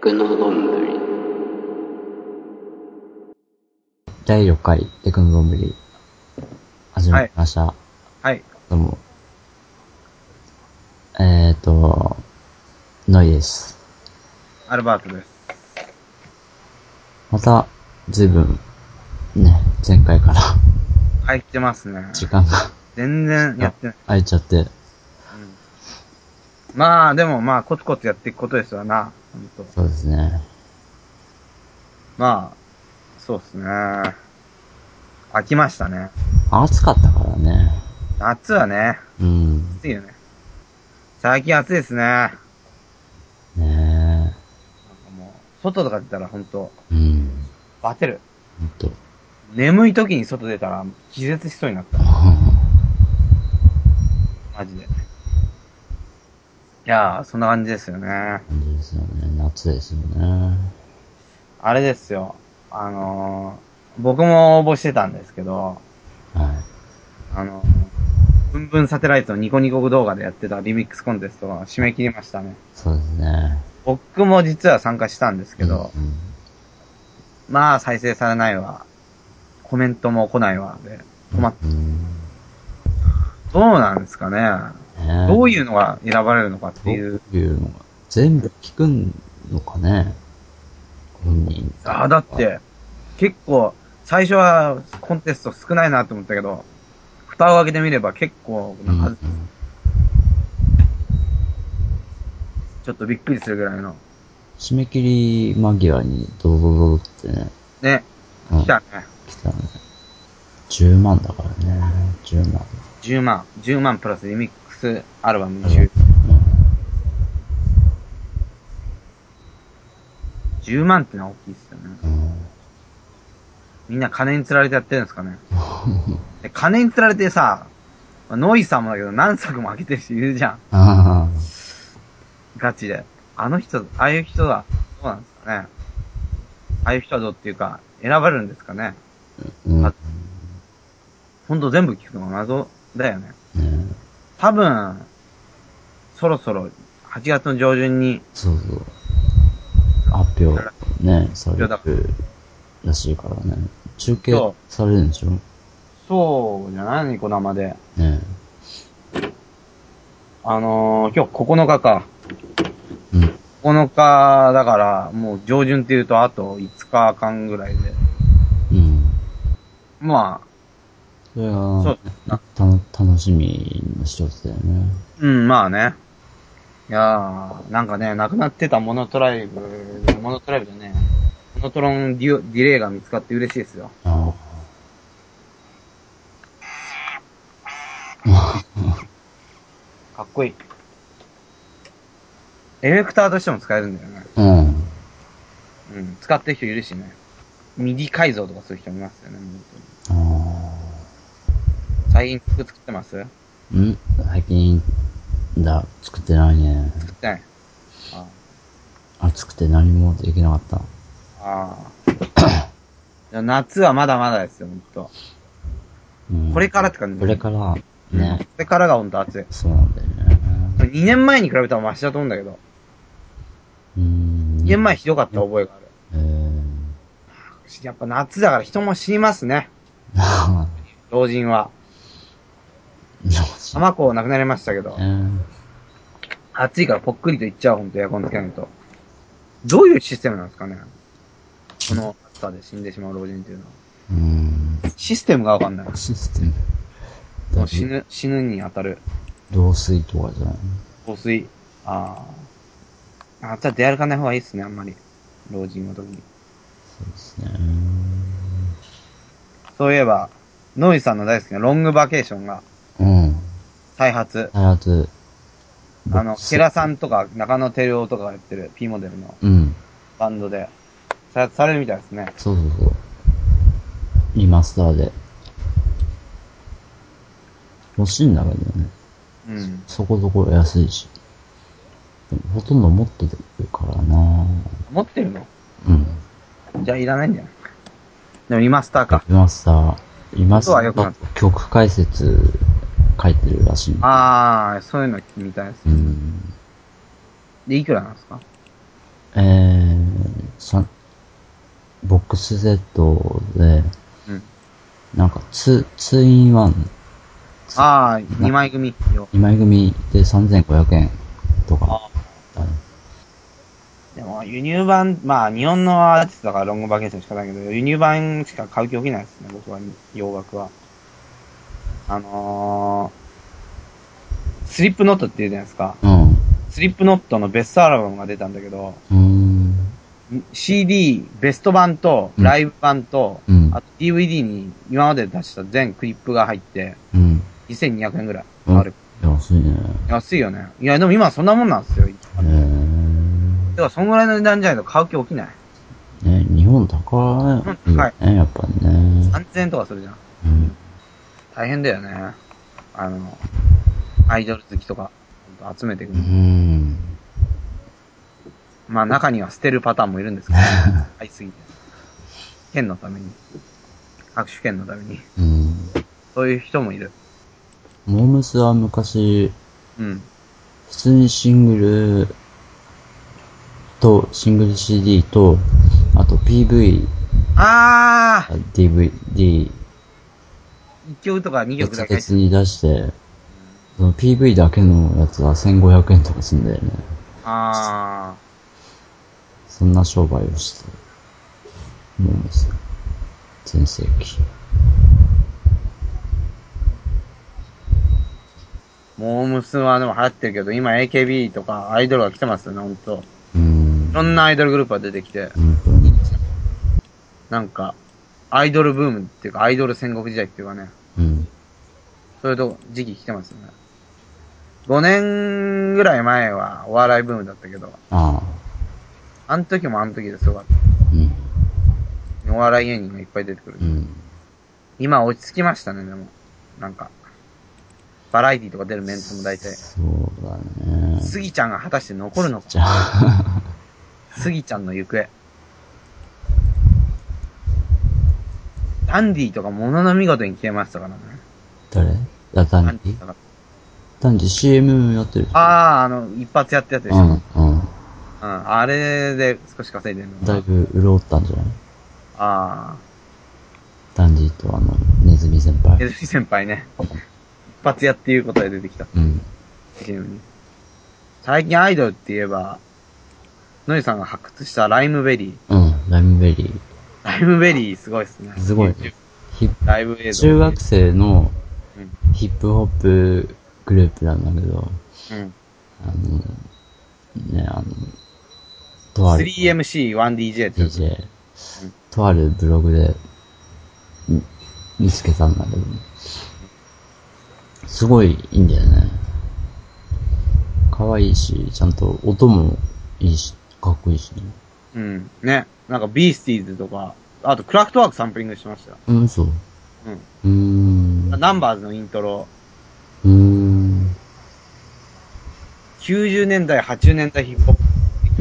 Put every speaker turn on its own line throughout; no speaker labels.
具の丼。
第6回テクノ丼始まりました。
はい。
どうも。ノイです。
アルバートです。
また、ずいぶん、ね、前回から。
入ってますね。
時間が。
全然やってない。
空いちゃって。
うん。まあ、でもまあ、コツコツやっていくことですわな。ほんと。
そうですね。
まあ、そうっすね。飽きましたね。
暑かったからね。
夏はね、
うん。
暑いよね。最近暑いですね。なんか
ね
もう、外とか出たらほんと、
え。うん。
バテる。
ほんと。
眠い時に外出たら気絶しそうになった。マジで。いやー、そんな感じですよね。
感じですよね。夏ですよね。
あれですよ。僕も応募してたんですけど、
は
ブンブンサテライトのニコニコ動画でやってたリミックスコンテストが締め切りましたね。
い。そうですね。
僕も実は参加したんですけど、
うん
まあ再生されないわ。コメントも来ないわ。で、困っ
うん。うん。
どうなんですかね。
ね
どういうのが選ばれるのかって
どう
いう。
いうのが、全部聞くのかね本人。
だって、結構、最初はコンテスト少ないなと思ったけど、蓋を開けてみれば結構
うん。
な数、ちょっとびっくりするぐらいの。
締め切り間際にドドドドってね。
ね。
うん。
来たね。
来たね。10万だからね。10万。
10万。10万プラスリミックスアルバム
あれは、
20。10万ってのは大きいっすよね。みんな金に釣られてやってるんですかね。で金に釣られてさ、ノイさんもだけど何作も開けてる人いるじゃん。
あ
ガチで。あの人、ああいう人は、どうなんですかね。ああいう人はどうっていうか、選ばれるんですかね。
うん。ね
ほんと全部聞くのが謎だよね。多分、そろそろ8月の上旬に、
そうそう。発表ね、され
だ
るらしいからね。中継
今日、
されるんでしょ
そうじゃないニコ生で。
ね
今日9日か。
うん。
9日だから、もう上旬って言うとあと5日間ぐらいで。
うん。
ま
それ
あ、そ
が、
う。
楽しみの一つだよね。
うん、まあね。いやー、なんかね、なくなってたモノトライブでね、モノトロンディレイが見つかって嬉しいですよ。
あ
かっこいい。エフェクターとしても使えるんだよね。
あ。うん。
うん、使ってる人いるしね。ミディ改造とかする人もいますよね、本当に。
あ
最近曲作ってます？
あ。最近、作ってないね。
作ってない。あ
暑くて何もできなかった。
あ。いや夏はまだまだですよ、ほんと。
うん。
これからって感じ
これからね、
これからがほんと暑い。
そうなんだよね。
2年前に比べたらマシだと思うんだけど。2年前ひどかった覚えがある。やっぱ夏だから人も死にますね。老人は。浜子亡くなりましたけど。暑いからぽっくりといっちゃう、ほんとエアコンつけないと。どういうシステムなんですかね。この暑さで死んでしまう老人っていうのは。システムがわかんない。
システム。
もう死ぬに当たる。
老衰とかじゃない
防水。ああ。夏は出歩かない方がいいっすね、あんまり。老人の時に。
そうですね。
そういえば、ノイさんの大好きなロングバケーションが
うん。
再発。
開発、
ケラさんとか中野照夫とかがやってる P モデルの
うん。
バンドで再発されるみたいですね。
そうそうそう。リマスターで。欲しいんだけどね。
うん。
そこそこ安いし。でもほとんど持っててるからな
持ってるの？
うん。
じゃあいらないんじゃない？でもリマスターか。
リマスター、リマスターと
音は良くなった。
曲解説書いてるらしい。
ああ、そういうの見たいですね。
うん。
で、いくらなんですか？
ボックスセットで、
うん。
なんか2 in 1。
ああ、2枚組よ。
2枚組で3500円とか。
でも、輸入版、まあ、日本のアーティストだからロングバケーションしかないけど、輸入版しか買う気起きないですね、僕は、洋楽は。スリップノットって言うじゃないですか。
うん。
スリップノットのベストアルバムが出たんだけど、CD、ベスト版と、ライブ版と、あと DVD に今まで出した全クリップが入って、2200円ぐらい。
安いね。
安いよね。いや、でも今そんなもんなんですよ。だからそんぐらいの値段じゃないと買う気起きない。
ね、日本高い。
高い。
やっぱね。
3000円とかするじゃん。大変だよね。アイドル好きとか、集めてくる。まあ中には捨てるパターンもいるんですけど、買いすぎて。券のために。握手券のために。そういう人もいる。
モームスは昔、
普
通にシングルと、シングル CD と、あと PV、DVD、
1曲とか2曲だけ。
別に出して、その PV だけのやつは1500円とかすんだよね。そんな商売をしてモームス。全盛期。
モームスはでも流行ってるけど、今 AKB とかアイドルが来てますよね、ほんと。いろんなアイドルグループが出てきて。なんか、アイドルブームっていうか、アイドル戦国時代っていうかね。そういう時期来てますよね。5年ぐらい前はお笑いブームだったけど。あの時もあの時ですごかった。お笑い芸人がいっぱい出てくる。今落ち着きましたね、でも。なんか。バラエティとか出るメンツも大体。
そうだね。
スギちゃんが果たして残るのか。スギちゃんの行方。ダンディとかものの見事に消えましたからね。
誰？ダンディ？ダンディ CM やってる。
一発やったやつでしょ。あれで少し稼いでるの。
だいぶ潤ったんじゃない？ダンディとネズミ先輩。
ネズミ先輩ね。一発屋っていうことで出てきた。CM に。最近アイドルって言えば、ノイさんが発掘したライムベリー。
ライムベリー。
ライムベリーすごいっすね。
すごい。
ライブ映像。
中学生のヒップホップグループなんだけど、とある
3MC1DJ って。
DJ、とあるブログで見つけたんだけど、すごいいいんだよね。可愛いし、ちゃんと音もいいし、かっこいいしね。
ね。なんかビースティーズとか、あとクラフトワークサンプリングしてましたよ。
そう。
ナンバーズのイントロ。90年代、80年代ヒップホップ。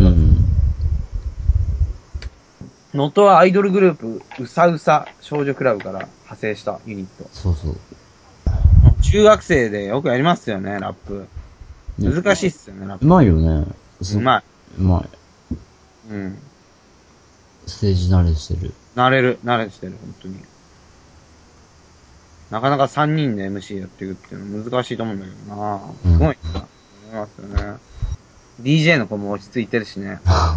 能登はアイドルグループ、うさうさ少女クラブから派生したユニット。
そうそう。
中学生でよくやりますよね、ラップ。難しいっすよね、ラップ。
うまいよね。
うまい。
うまい。ステージ慣れしてる。
慣れしてる、本当に。なかなか3人で MC やっていくっていうの難しいと思うんだけどなすごいな。思いますよね。DJ の子も落ち着いてるしね。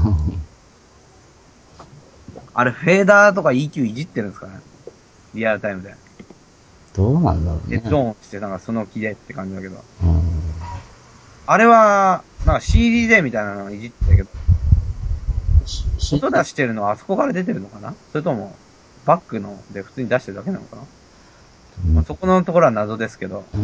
あれ、フェーダーとか EQ いじってるんですかね？リアルタイムで。
どうなんだろうね。
ヘッドオンしてなんかその気でって感じだけど。あれは、なんか CD みたいなのをいじってたけど。音出してるのはあそこから出てるのかな？それとも、バックので普通に出してるだけなのかな？そこのところは謎ですけど。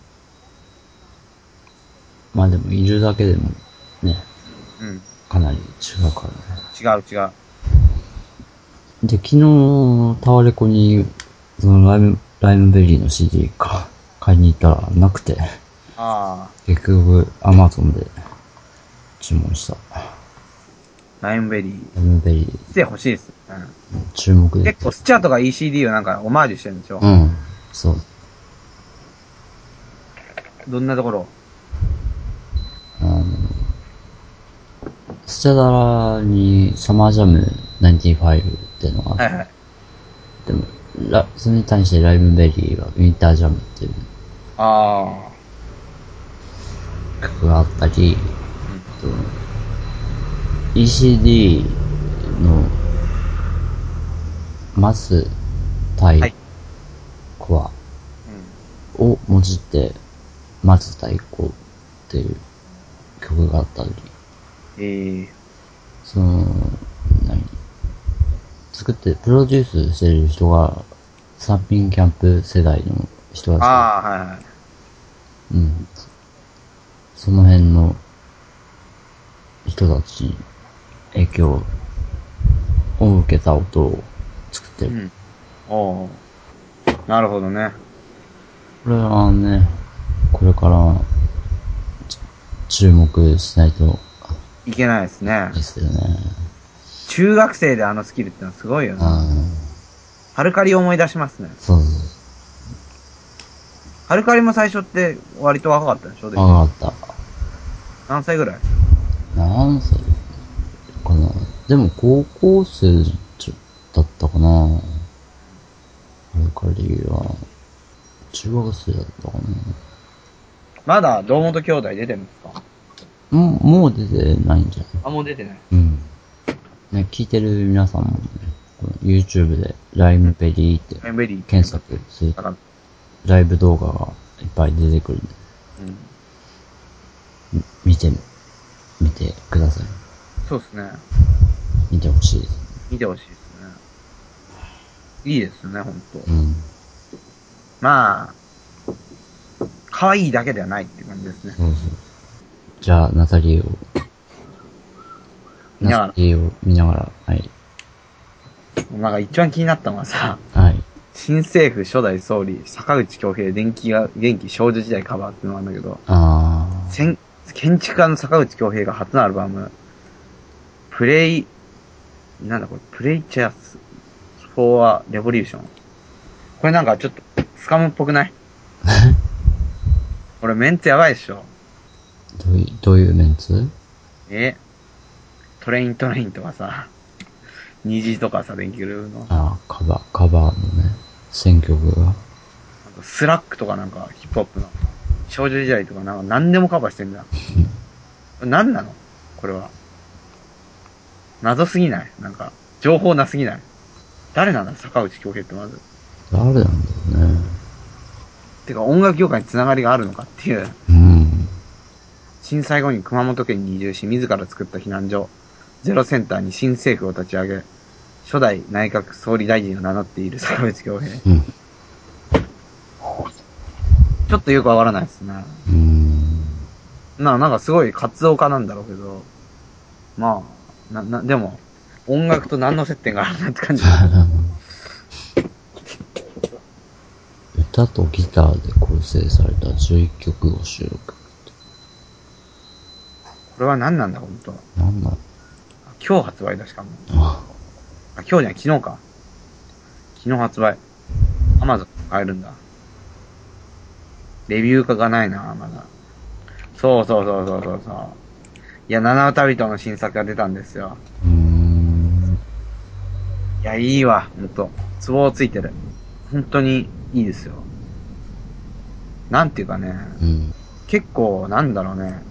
まあでもいるだけでもね。かなり違うから
ね。違う。
で、昨日、タワレコに、そのライムベリーの CD 買いに行ったらなくて。結局、アマゾンで注文した。
ライムベリー。
ライムベリー。
来てほしいです。
注目で。
結構スチャーとか ECD をなんかオマージュしてるんでしょ？
そう。
どんなところ？
ススチャダラにサマージャム95っていうのがあって、はいはい、でも、それに対してライムベリーはウィンタージャムっていう。曲があったり、ECD のマス対コアをもじってマス対コっていう曲があったり、作ってプロデュースしてる人がサンピンキャンプ世代の人たち。
はいはい。
その辺の人たちに影響を受けた音を作ってる。
なるほどね。
これはね、これから注目しないと
いけないですね。
ですよね。
中学生であのスキルってのはすごいよね。ハルカリ思い出しますね。
そう。
ハルカリも最初って割と若かったでしょ？
若かった。
何歳ぐらい？
何歳かな。でも高校生だったかな。ハルカリは中学生だったかな。
まだ堂本兄弟出てるんですか？
もう出てないんじゃない？
もう出てない。
ね、聞いてる皆さんもね、YouTube でライムベリーって検索すると、ライブ動画がいっぱい出てくるんで、見てください。
そうですね。
見てほしいです。
見てほしいですね。いいですね、ほんと。まあ、可愛いだけではないっていう感じですね。
じゃあ、ナタリーを見ながら、はい。
なんか一番気になったのはさ、新政府初代総理、坂口恭平元気少女時代カバーっていうのがあるんだけど、建築家の坂口恭平が初のアルバム、プレイチャースフォーアレボリューション。これなんかちょっとスカムっぽくない？これメンツやばいっしょ。
どういうメンツ？
トレインとかさ、虹とかさ、電気グルーヴ
の。カバーのね、選曲が。
スラックとかなんかヒップホップの少女時代とかなんか何でもカバーしてんだ。何なの？これは。謎すぎない？なんか、情報なすぎない？誰なんだ坂口恭平ってまず。
誰なんだろうね。
てか音楽業界につながりがあるのかっていう。震災後に熊本県に移住し、自ら作った避難所、ゼロセンターに新政府を立ち上げ、初代内閣総理大臣を名乗っている坂口恭平。ちょっとよくわからないですね。なんかすごい活動家なんだろうけど、まあ、でも、音楽と何の接点があるなって感じ。
歌とギターで構成された11曲を収録。こ
れは何なんだ、ほんと。
何なんだ？
今日発売だ、しかも。今日じゃない、昨日か。昨日発売。Amazon 買えるんだ。レビュー化がないな、まだ。そう。いや、七歌人の新作が出たんですよ。いや、いいわ、ほんと。ツボをついてる。本当にいいですよ。なんていうかね、結構、なんだろうね。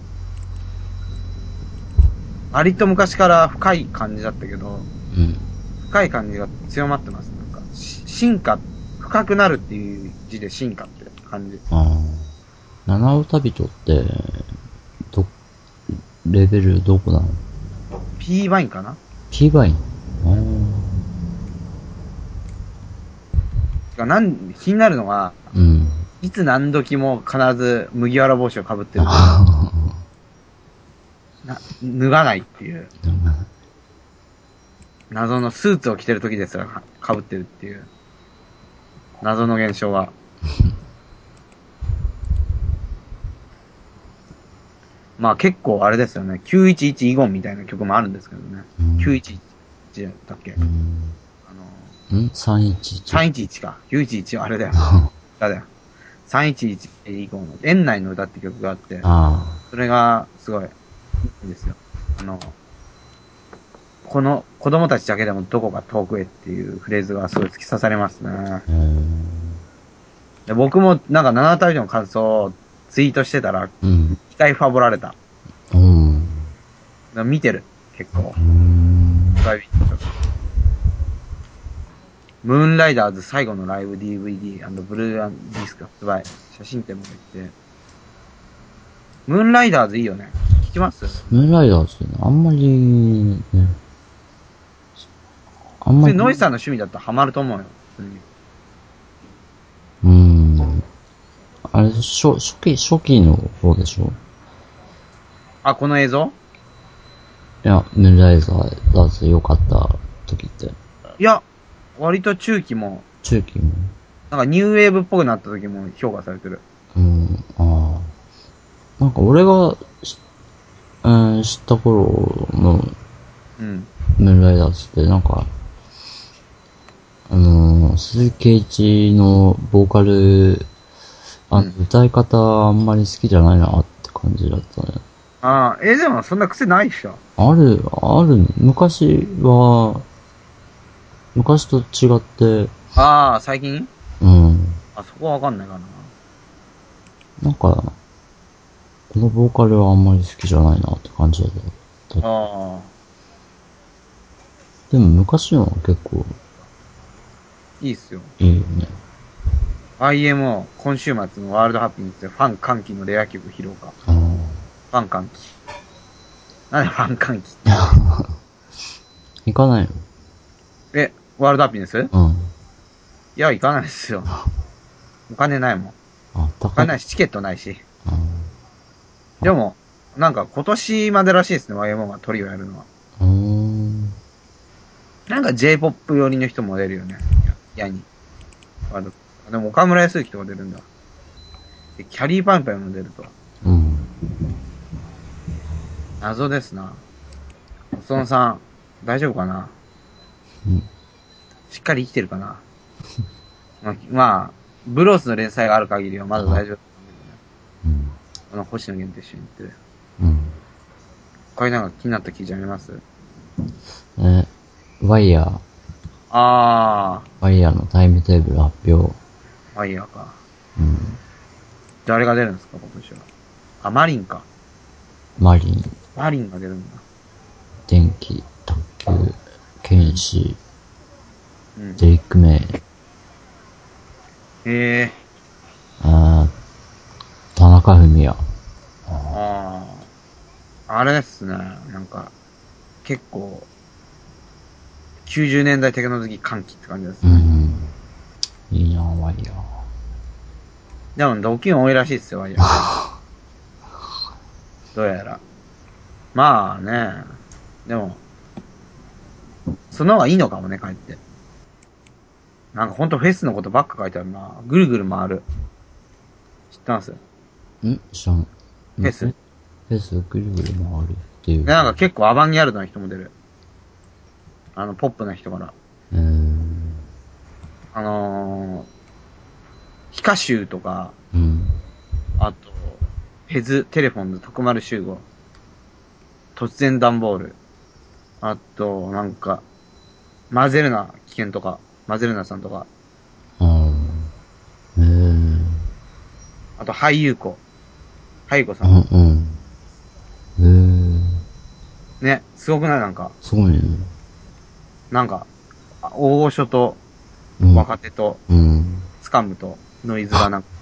割と昔から深い感じだったけど、深い感じが強まってます。なんか、進化、深くなるっていう字で進化って感じ。
七歌人って、レベルどこなの？
P バインかな？
P バイン。
気になるのは、いつ何時も必ず麦わら帽子をかぶってる。脱がないっていう。謎のスーツを着てる時ですらかぶってるっていう。謎の現象が。まあ結構あれですよね。911イゴンみたいな曲もあるんですけどね。911だっけ
311。
311か。911はあれだよ。だよ。311以降の園内の歌って曲があって、それがすごいいいんですよ。 この子供たちだけでもどこか遠くへっていうフレーズがすごい突き刺されますね。で僕もなんか7体の感想をツイートしてたら、一回ファボられた。見てる、結構。ムーンライダーズ最後のライブ DVD& ブルーディスク発売。写真展も行って。ムーンライダーズいいよね。聞きます？
ムーンライダーズね、あんまり、ね。あんまり。
ノイさんの趣味だったらハマると思うよ。
あれ、初期の方でしょ？
あ、この映像？
いや、ムーンライダーズ良かった時って。
いや、割と中期も。なんかニューウェーブっぽくなった時も評価されてる。
なんか俺が、知った頃の、ムーンライダーズって、なんか、鈴木圭一のボーカル、歌い方あんまり好きじゃないなって感じだったね。
でもそんな癖ないっしょ。
ある、昔と違って。
最近？そこはわかんないかな。
なんか、このボーカルはあんまり好きじゃないなって感じだった。でも昔のは結構、
いいっすよ。
いいよね。
IMO、今週末のワールドハッピーについてファン歓喜のレア曲披露か。ファン歓喜。なんでファン歓喜って。
行かないの？
ワールドハッピーです？いや、行かないですよ。お金ないもん。お金ないし、チケットないし。でも、なんか今年までらしいですね、YMO がトリをやるのは。なんか J-POP 寄りの人も出るよね。やに。でも岡村康之とか出るんだ。で、キャリーパンパンも出ると。謎ですな。細野さん、大丈夫かな？しっかり生きてるかな？まあ、ブロースの連載がある限りはまだ大丈夫だと思うけどね。星野源と一緒に言ってる。これなんか気になった記事あります？
ワイヤー。ワイヤーのタイムテーブル発表。
ワイヤーか。誰が出るんですか、今年は。マリンか。マリンが出るんだ。
電気、特急、剣士、デリック・メイ。田中文也。
あれですね、なんか、結構、90年代テクノロジー歓喜って感じですね。
いいな、ワイヤー。
でも、ドキュン多いらしいっすよ、ワイヤー。どうやら。まあね、でも、その方がいいのかもね、帰って。なんかほんとフェスのことばっか書いてあるな。ぐるぐる回る。知ってます？
知らん。
フェス
ぐるぐる回るっていう。
なんか結構アバンギャルドな人も出る。ポップな人から。ヒカシューとか、あと、テレフォンズ、徳丸集合、突然段ボール、あと、なんか、マゼルナ危険とか、マゼルナさんとか、あと、俳優子さん。ね、すごくない？なんか。
すごいね。
なんか、大御所と、若手と、スカムと、ノイズがなんか、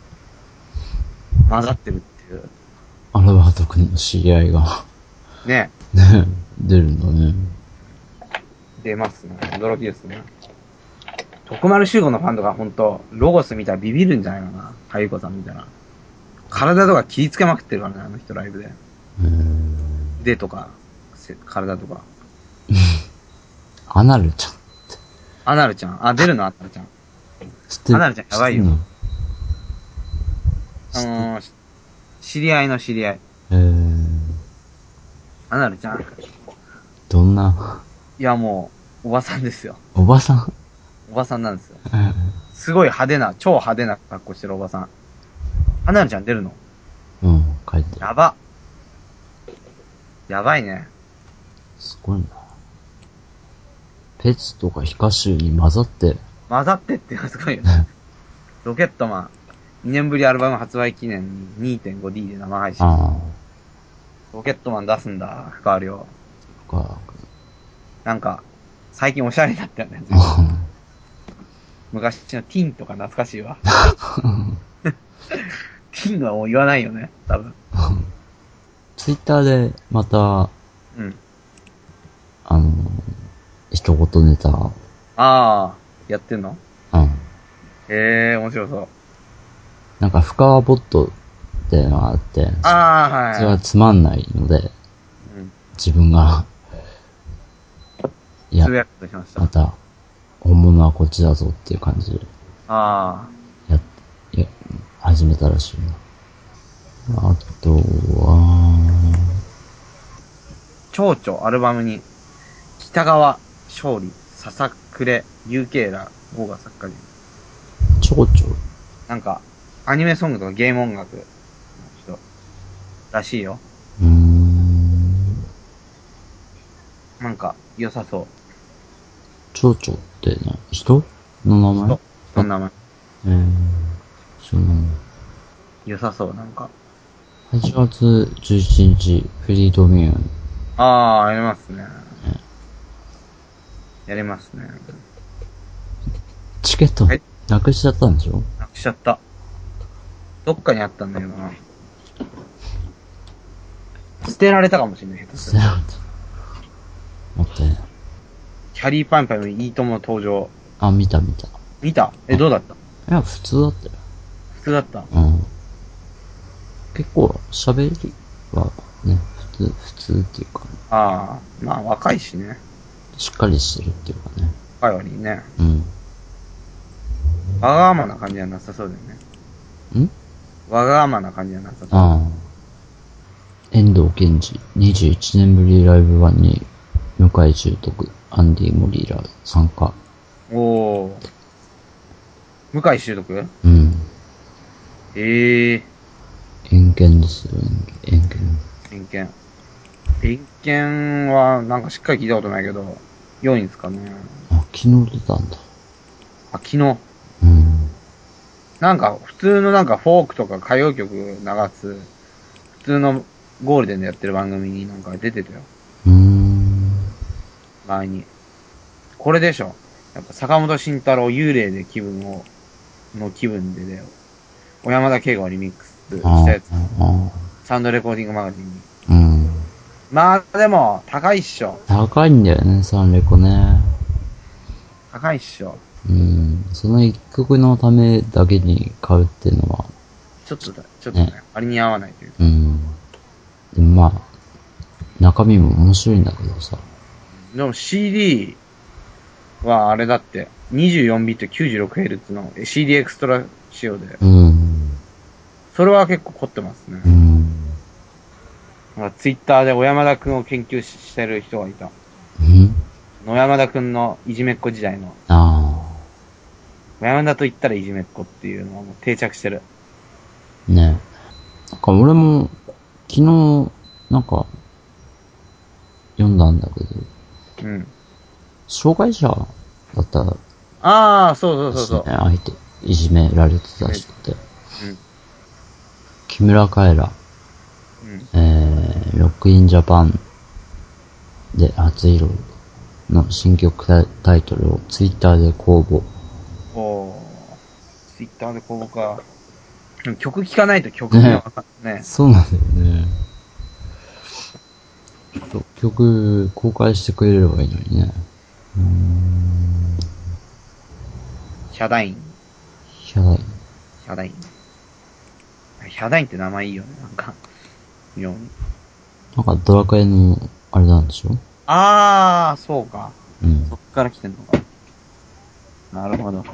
混ざってるっていう。
アルバート君の知り合いが。
ね。
出るんだね。
出ますね。驚きですね。徳丸集合のファンとかほんと、ロゴス見たらビビるんじゃないかな。かゆこさんみたいな。体とか気ぃつけまくってるからね、あの人ライブで。腕とか、体とか。
アナルちゃん。
アナルちゃん。出るのアナルちゃん。アナルちゃんやばいよ。知り合いの知り合い。アナルちゃん。
どんな？
いやもう、おばさんですよ。
おばさん？
おばさんなんですよ。すごい超派手な格好してるおばさん。アナルちゃん出るの？
書いてる。
やばいね。
すごいな。 ペツとかヒカシュに混ざって
っていうのがすごいよね。ロケットマン、2年ぶりアルバム発売記念に 2.5D で生配信。ロケットマン出すんだ、深川亮。なんか、最近おしゃれになったよね。昔のティンとか懐かしいわ。ティンはもう言わないよね、多分。
ツイッターでまた、
うん。
一言ネタ。
ああ、やってんの？
うん。
へえ、面白そう。
なんか、深川ボットってのがあって、
ああ、はい。
それはつまんないので、
うん、
自分が、いや、また、本物はこっちだぞっていう感じで、始めたらしいな。あとは、
蝶々アルバムに、北川、勝利、笹暮、UK ら豪華作家陣。
蝶々
なんか、アニメソングとかゲーム音楽の人、らしいよ。なんか、良さそう。
蝶々って人の名前？
人の名前。
そうなの。
良さそう、なんか。
8月17日、フリードミューン。
ああ、やりますね。やりますね。
チケット、なくしちゃったんでしょ？
なくしちゃった。どっかにあったんだけどな。捨てられたかもしれないけど。
捨てられた。待って。
キャリーパンパンのいいとも登場。
あ、見た。
見た？どうだった？
いや、普通だったよ。
普通だった？
うん。結構、喋りはね、普通っていうか、ね。
ああ、まあ若いしね。
しっかりしてるっていうかね。
若い割にね。
うん。
わがままな感じはなさそうだよね。わがままな感じはなさそう。
ああ。遠藤健二、21年ぶりライブ版に、向井重徳、アンディ・モリーラ参加。
おー。向井重徳？
うん。遠見ですよ、遠見。
遠見は、なんかしっかり聞いたことないけど、良いんですかね。
あ、昨日出たんだ。
あ、昨日。
うん。
なんか、普通のなんかフォークとか歌謡曲流す、普通のゴールデンでやってる番組になんか出てたよ。前に。これでしょ。やっぱ坂本慎太郎幽霊で気分でだよ。小山田圭吾がリミックスしたやつ。サウンドレコーディングマガジンに。
うん。
まあでも、高いっしょ。
高いんだよね、サンレコね。
高いっしょ。
うん。その一曲のためだけに買うっていうのは。
ちょっとね、あれに合わないというか。
うん。でもまあ、中身も面白いんだけどさ。
でも CD はあれだって、24ビット 96Hz の CD エクストラ仕様で。それは結構凝ってますね。ツイッターで小山田くんを研究してる人がいた。小山田くんのいじめっ子時代の。小山田と言ったらいじめっ子っていうのはもう定着してる。
ね。なんか俺も昨日なんか読んだんだけど。障害者だったら。
ああ、そう。
相手、いじめられてた人って。木村カエラ。ロックインジャパンで初披露の新曲タイトルをツイッターで公募。
ツイッターで公募か。曲聴かないと曲名はね。
そうなんだよね。曲公開してくれればいいのにね。
ヒャダインって名前いいよね、なんか。妙に。
なんかドラクエの、あれなんでしょ？
あー、そうか。そっから来てんのか。なるほど。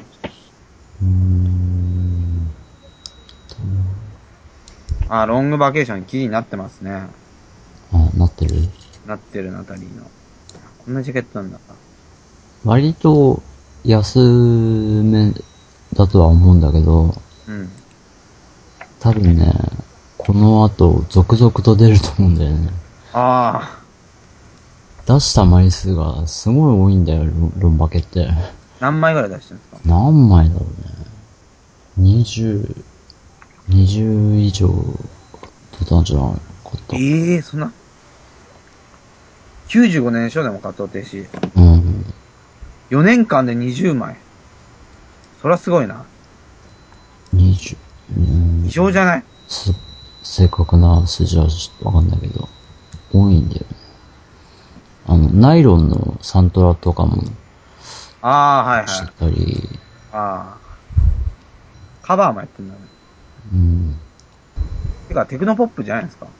ロングバケーション記事になってますね。
なってる？
なってるナタリーの。こんなジャケットなんだ。
割と安めだとは思うんだけど、多分ね、この後続々と出ると思うんだよね。 出した枚数がすごい多いんだよ、ロンバケって。
何枚ぐらい出してるんですか？
何枚だろうね。20以上出たんじゃないかった。
そんな。95年でしょ、でも活動停止。
うん。
4年間で20枚。そりゃすごいな。
20、
異常じゃない？
正確な数字はちょっとわかんないけど、多いんだよね。ナイロンのサントラとかも、
はいはい。
したり。
カバーもやってんだね。
うん。
てか、テクノポップじゃないですか？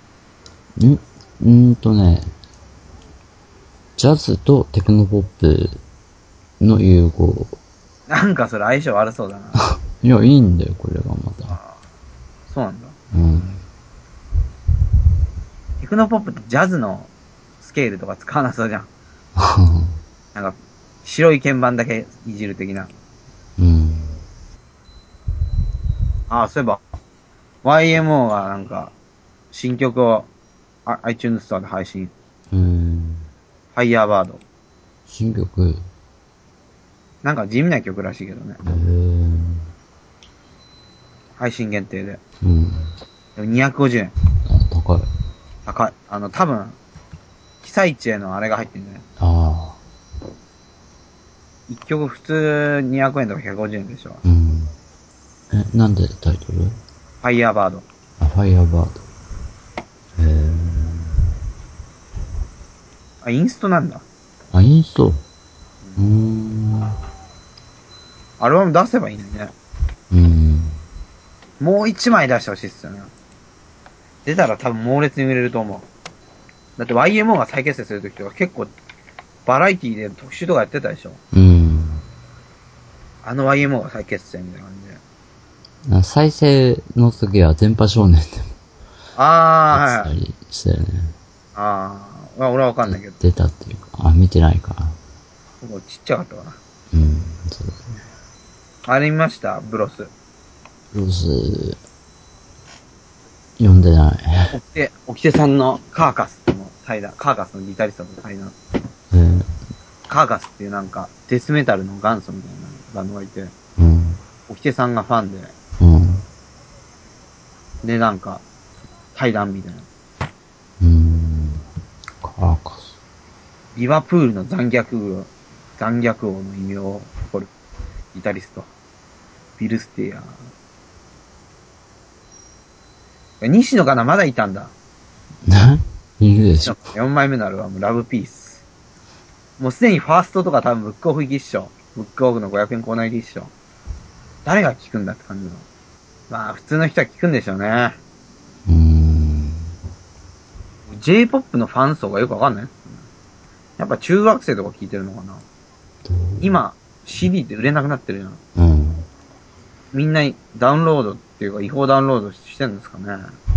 ジャズとテクノポップの融合。
なんかそれ相性悪そうだな。
いや、いいんだよ、これがまた。
そうなんだ。
うん。
テクノポップってジャズのスケールとか使わなそうじゃん。なんか、白い鍵盤だけいじる的な。
うん。
そういえば、YMO がなんか、新曲を、iTunes ストアで配信。ファイヤーバード。
新曲。
なんか地味な曲らしいけどね。配信限定で。
うん。
でも250円。
高い。
高い。多分、被災地へのあれが入ってるんじゃない？一曲普通200円とか150円でしょ。
うん。なんでタイトル？
ファイヤーバード。
ファイヤーバード。
インストなんだ。
インスト？
アルバム出せばいいのにね。もう一枚出してほしいっすよね。出たら多分猛烈に売れると思う。だって YMO が再結成するときとか結構、バラエティで特集とかやってたでしょ。YMO が再結成みたいな感じ
で。再生の時は電波少年でも。
はい。
したよね。
俺はわかんないけど。
出たっていうか、見てないか。
もうちっちゃかったかな。
そうですね。
あれ見ました？ブロス。
ブロス、読んでない。
沖手さんのカーカスの対談、カーカスのギタリストと対談。カーカスっていうなんか、デスメタルの元祖みたいなバンドがいて、沖手さんがファンで、で、なんか、対談みたいな。
カーカス。
リバプールの残虐王の異名を誇るギタリスト。ビル・ステイヤー。西野かな？まだいたんだ。
いるでしょ。
4枚目のアルバム、ラブピース。もうすでにファーストとか多分ブックオフ行きっしょ。ブックオフの500円コーナー行きっしょ。誰が聞くんだって感じの。まあ、普通の人は聞くんでしょうね。J-POP のファン層がよくわかんないですよね。やっぱ中学生とか聞いてるのかな。今、CD って売れなくなってるじゃん。みんなダウンロードっていうか違法ダウンロードしてるんですかね。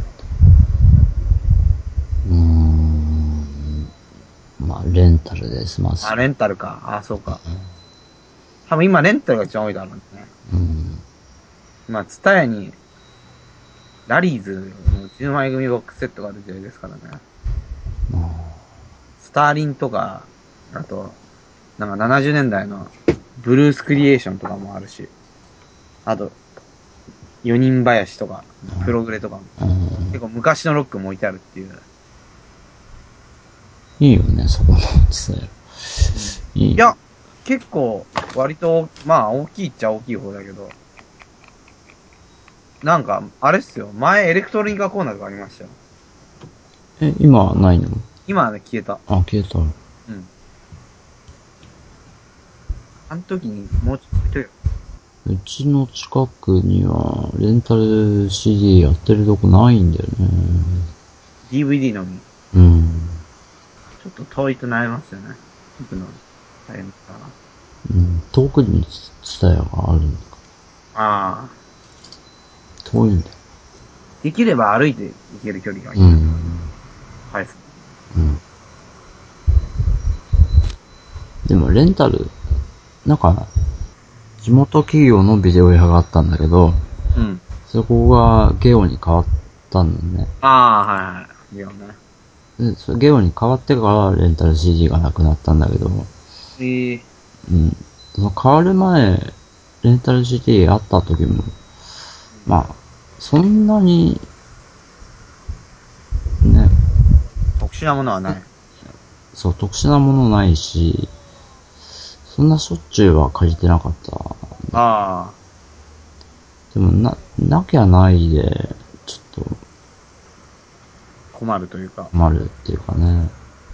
まあ、レンタルで済ます。
レンタルか。そうか。多分今レンタルが一番多いだろうね。まあ、ツタヤに、ラリーズの10枚組ボックスセットがある時代ですからね。スターリンとか、あと、なんか70年代のブルースクリエーションとかもあるし、あと、4人林とか、プログレとかも、結構昔のロックも置いてあるっていう。
いいよね、そこのツタヤ。
いや、結構、割と、まあ、大きいっちゃ大きい方だけど、なんか、あれっすよ。前、エレクトロニカコーナーとかありましたよ。
今はないの？
今はね、消えた。
消えた。
あの時に、もうちょっと、
うちの近くには、レンタル CD やってるとこないんだよね。
DVD のみ。ちょっと遠いと悩みますよね。行くの大変だから。
遠くにツタヤがあるんだか。遠いんだよ。
できれば歩いて行ける距離がいい。はい。
でもレンタル、なんか、地元企業のビデオ屋があったんだけど、そこがゲオに変わったんだよね。
はい。ゲオね。
それゲオに変わってからレンタル CD がなくなったんだけど、うん。その変わる前、レンタル CD あった時も、まあ、そんなに、ね。
特殊なものはない。
そう、特殊なものないし、そんなしょっちゅうは借りてなかった。
ああ。
でもなきゃないで、ちょっと、
困るというか。
困るっていうかね。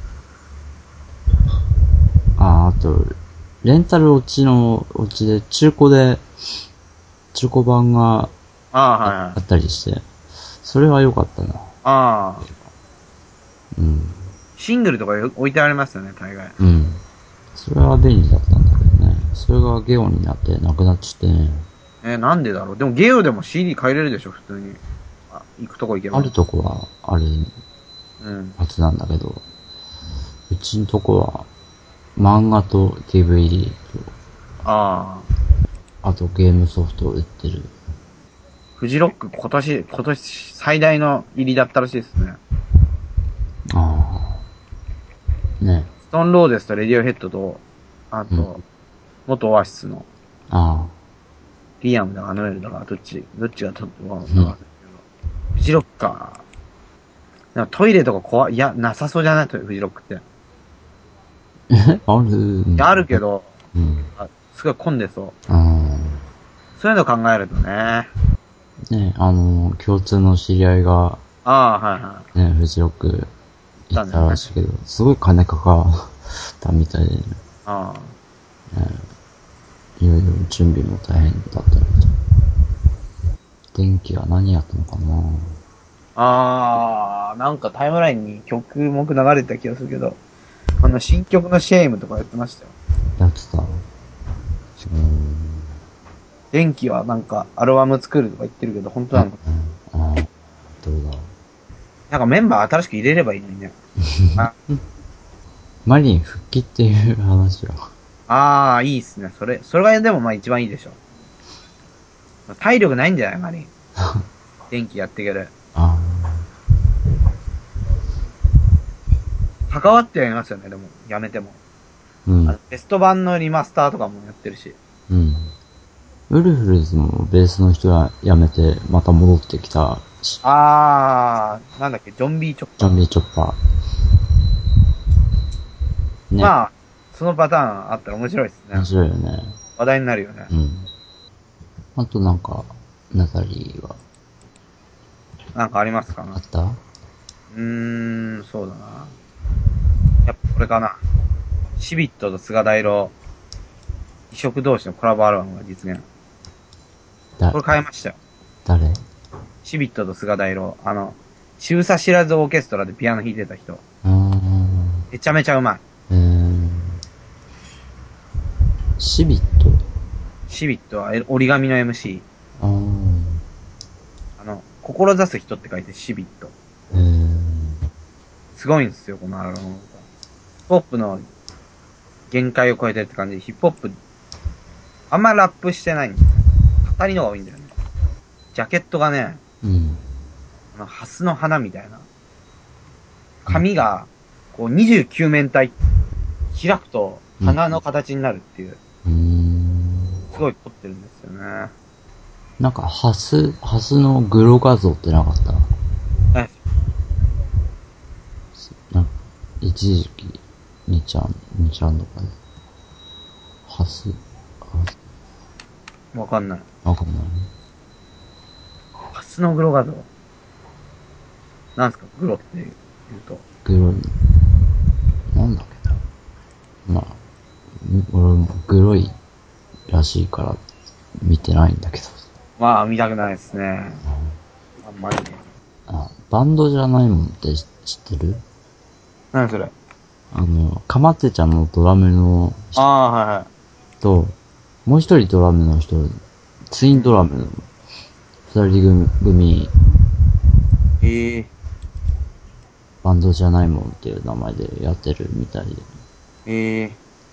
あと、レンタル落ちで、中古版があったりして、それは良かったな。
ああ。
うん。
シングルとか置いてありますよね、大概。
うん。それは便利だったんだけどね。それがゲオになってなくなっちゃってね。
なんでだろう。でもゲオでも CD 買えれるでしょ、普通に。行くとこ行けば。
あるとこはあるはずなんだけど、うちのとこは漫画と DVD と、あとゲームソフトを売ってる。
フジロック今年最大の入りだったらしいですね。
ああ。ね。
ストーンローデスとレディオヘッドと、あと、元オアシスの、リアムだかノエルだか、どっちがとっても、フジロックか。なんかトイレとかなさそうじゃないフジロックって。
ある
あるけど、すごい混んでそう。そういうの考えるとね。
ね、共通の知り合いが、ね、フジロック行ったらしいけど、すごい金かかったみたいで、ね、いろいろ準備も大変だったみたい。電気は何やったのか
ななんかタイムラインに曲目流れた気がするけど、新曲のシェイムとかやってましたよ。
やってた。
電気はなんかアルバム作るとか言ってるけど、本当なのかな。
どうだ。
なんかメンバー新しく入れればいいのにね。
マリン復帰っていう話
は。いいっすね。それがでもまあ一番いいでしょ。体力ないんじゃないマリン。電気やっていける。関わってやりますよね、でも。やめても。ベスト版のリマスターとかもやってるし。
ウルフルズもベースの人が辞めて、また戻ってきたし。
なんだっけ、ジョンビーチョッパー。
ジョンビーチョッパ
ー。ね。まあ、そのパターンあったら面白いですね。
面白いよね。
話題になるよね。
あとなんか、ナタリーは。
なんかありますかな。
あった？
そうだな。やっぱこれかな。シビットと菅大郎、異色同士のコラボアルバムが実現。これ買いましたよ。
誰？
シビットと菅大郎。ちぶさ知らずオーケストラでピアノ弾いてた人。めちゃめちゃうまい。
シビッ
トは折り紙の MC。志す人って書いてシビット。すごいんですよ、このアルバム。ヒップホップの限界を超えてるって感じで、ヒップホップ、あんまラップしてないんですよ。語りのが多いんだよね。ジャケットがね、ハスの花みたいな。紙が、こう29面体、開くと花の形になるっていう。すごい凝ってるんですよね。
なんか、ハスのグロ画像ってなかった？一時期、2ちゃんとかで。ハス
わかんない。
わかんない。
ハスのグロ画像。なんすかグロって言うと。
グロなんだっけな。まあ、俺もグロいらしいから見てないんだけど。
まあ、見たくないですね。あんまり。
バンドじゃないもんって知ってる？
何それ？
かまってちゃんのドラムの
人。はいはい。
と、もう一人ドラムの人、ツインドラムの二人組、バンドじゃないもんっていう名前でやってるみたいで。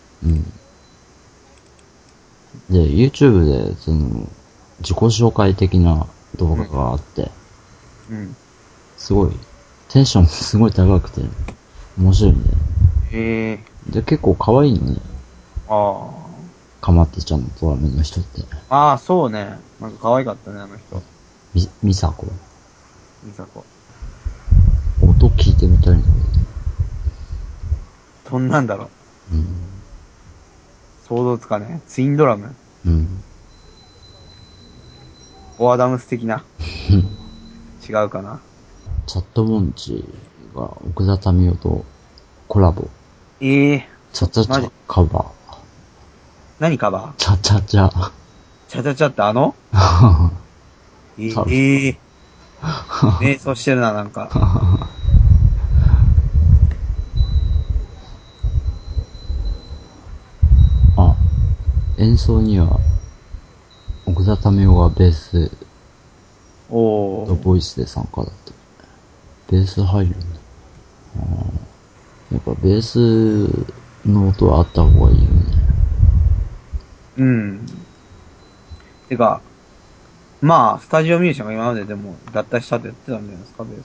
で、YouTube で、自己紹介的な動画があって、すごいテンションすごい高くて、面白いんだよ。
へえ。
で、結構可愛いのね。
ああ。
かまってちゃんのドラムの人って。
ああ、そうね。なんか可愛かったね、あの人。
みさこ。
みさこ。
音聞いてみたいんだけ
どんなんだろう。
うん。
想像つかね。ツインドラム。
うん。
オアダムス的な。違うかな。
チャットモンチが奥田民生とコラボ。
ええ
チャチャチャカバー。
何カバー？
チャチャチャ。
チャチャチャってええ瞑想してるな、なんか。
あ、演奏には奥田民生がベースとボイスで参加だった。ベース入るんだ。やっぱベースの音はあった方がいいよね。
うん。てか、まあ、スタジオミュージシャンが今まででも脱退したって言ってたんじゃないですか、ベー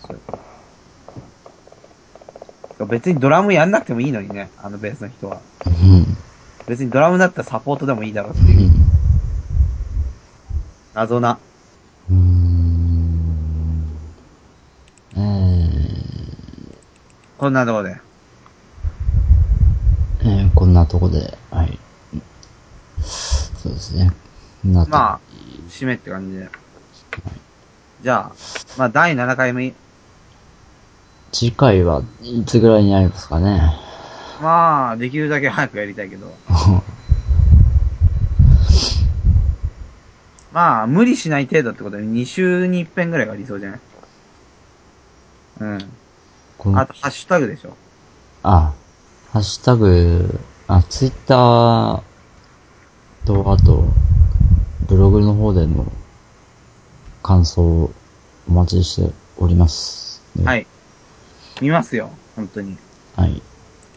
ス。別にドラムやんなくてもいいのにね、あのベースの人は。
うん。
別にドラムだったらサポートでもいいだろうっていう。謎な。こんなとこで。
こんなとこで、はい。そうですね。
まあ、締めって感じで。じゃあ、まあ、第7回目。
次回はいつぐらいになりますかね。
まあ、できるだけ早くやりたいけど。まあ、無理しない程度ってことで2週に1遍ぐらいが理想じゃない？うん。あと、ハッシュタグでしょ。
ハッシュタグ、ツイッターと、あと、ブログの方でも感想をお待ちしております。
はい。見ますよ。本当に。
はい。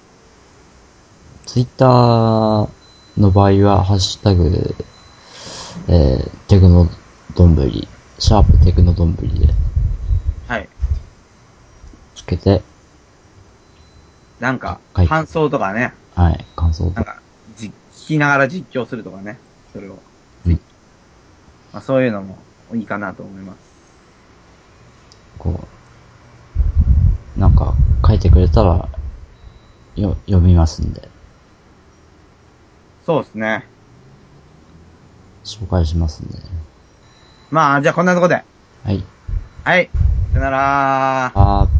ツイッターの場合は、ハッシュタグ、テクノどんぶり、シャープテクノどんぶりで。
はい。
つけて。
なんか、感想とかね。
はい、感想とか。
なんか、聞きながら実況するとかね。それを。まあ、そういうのもいいかなと思います。
なんか、書いてくれたら、読みますんで。
そうですね。
紹介しますんで。
まあ、じゃあこんなとこで。
はい。
はい。さよならー。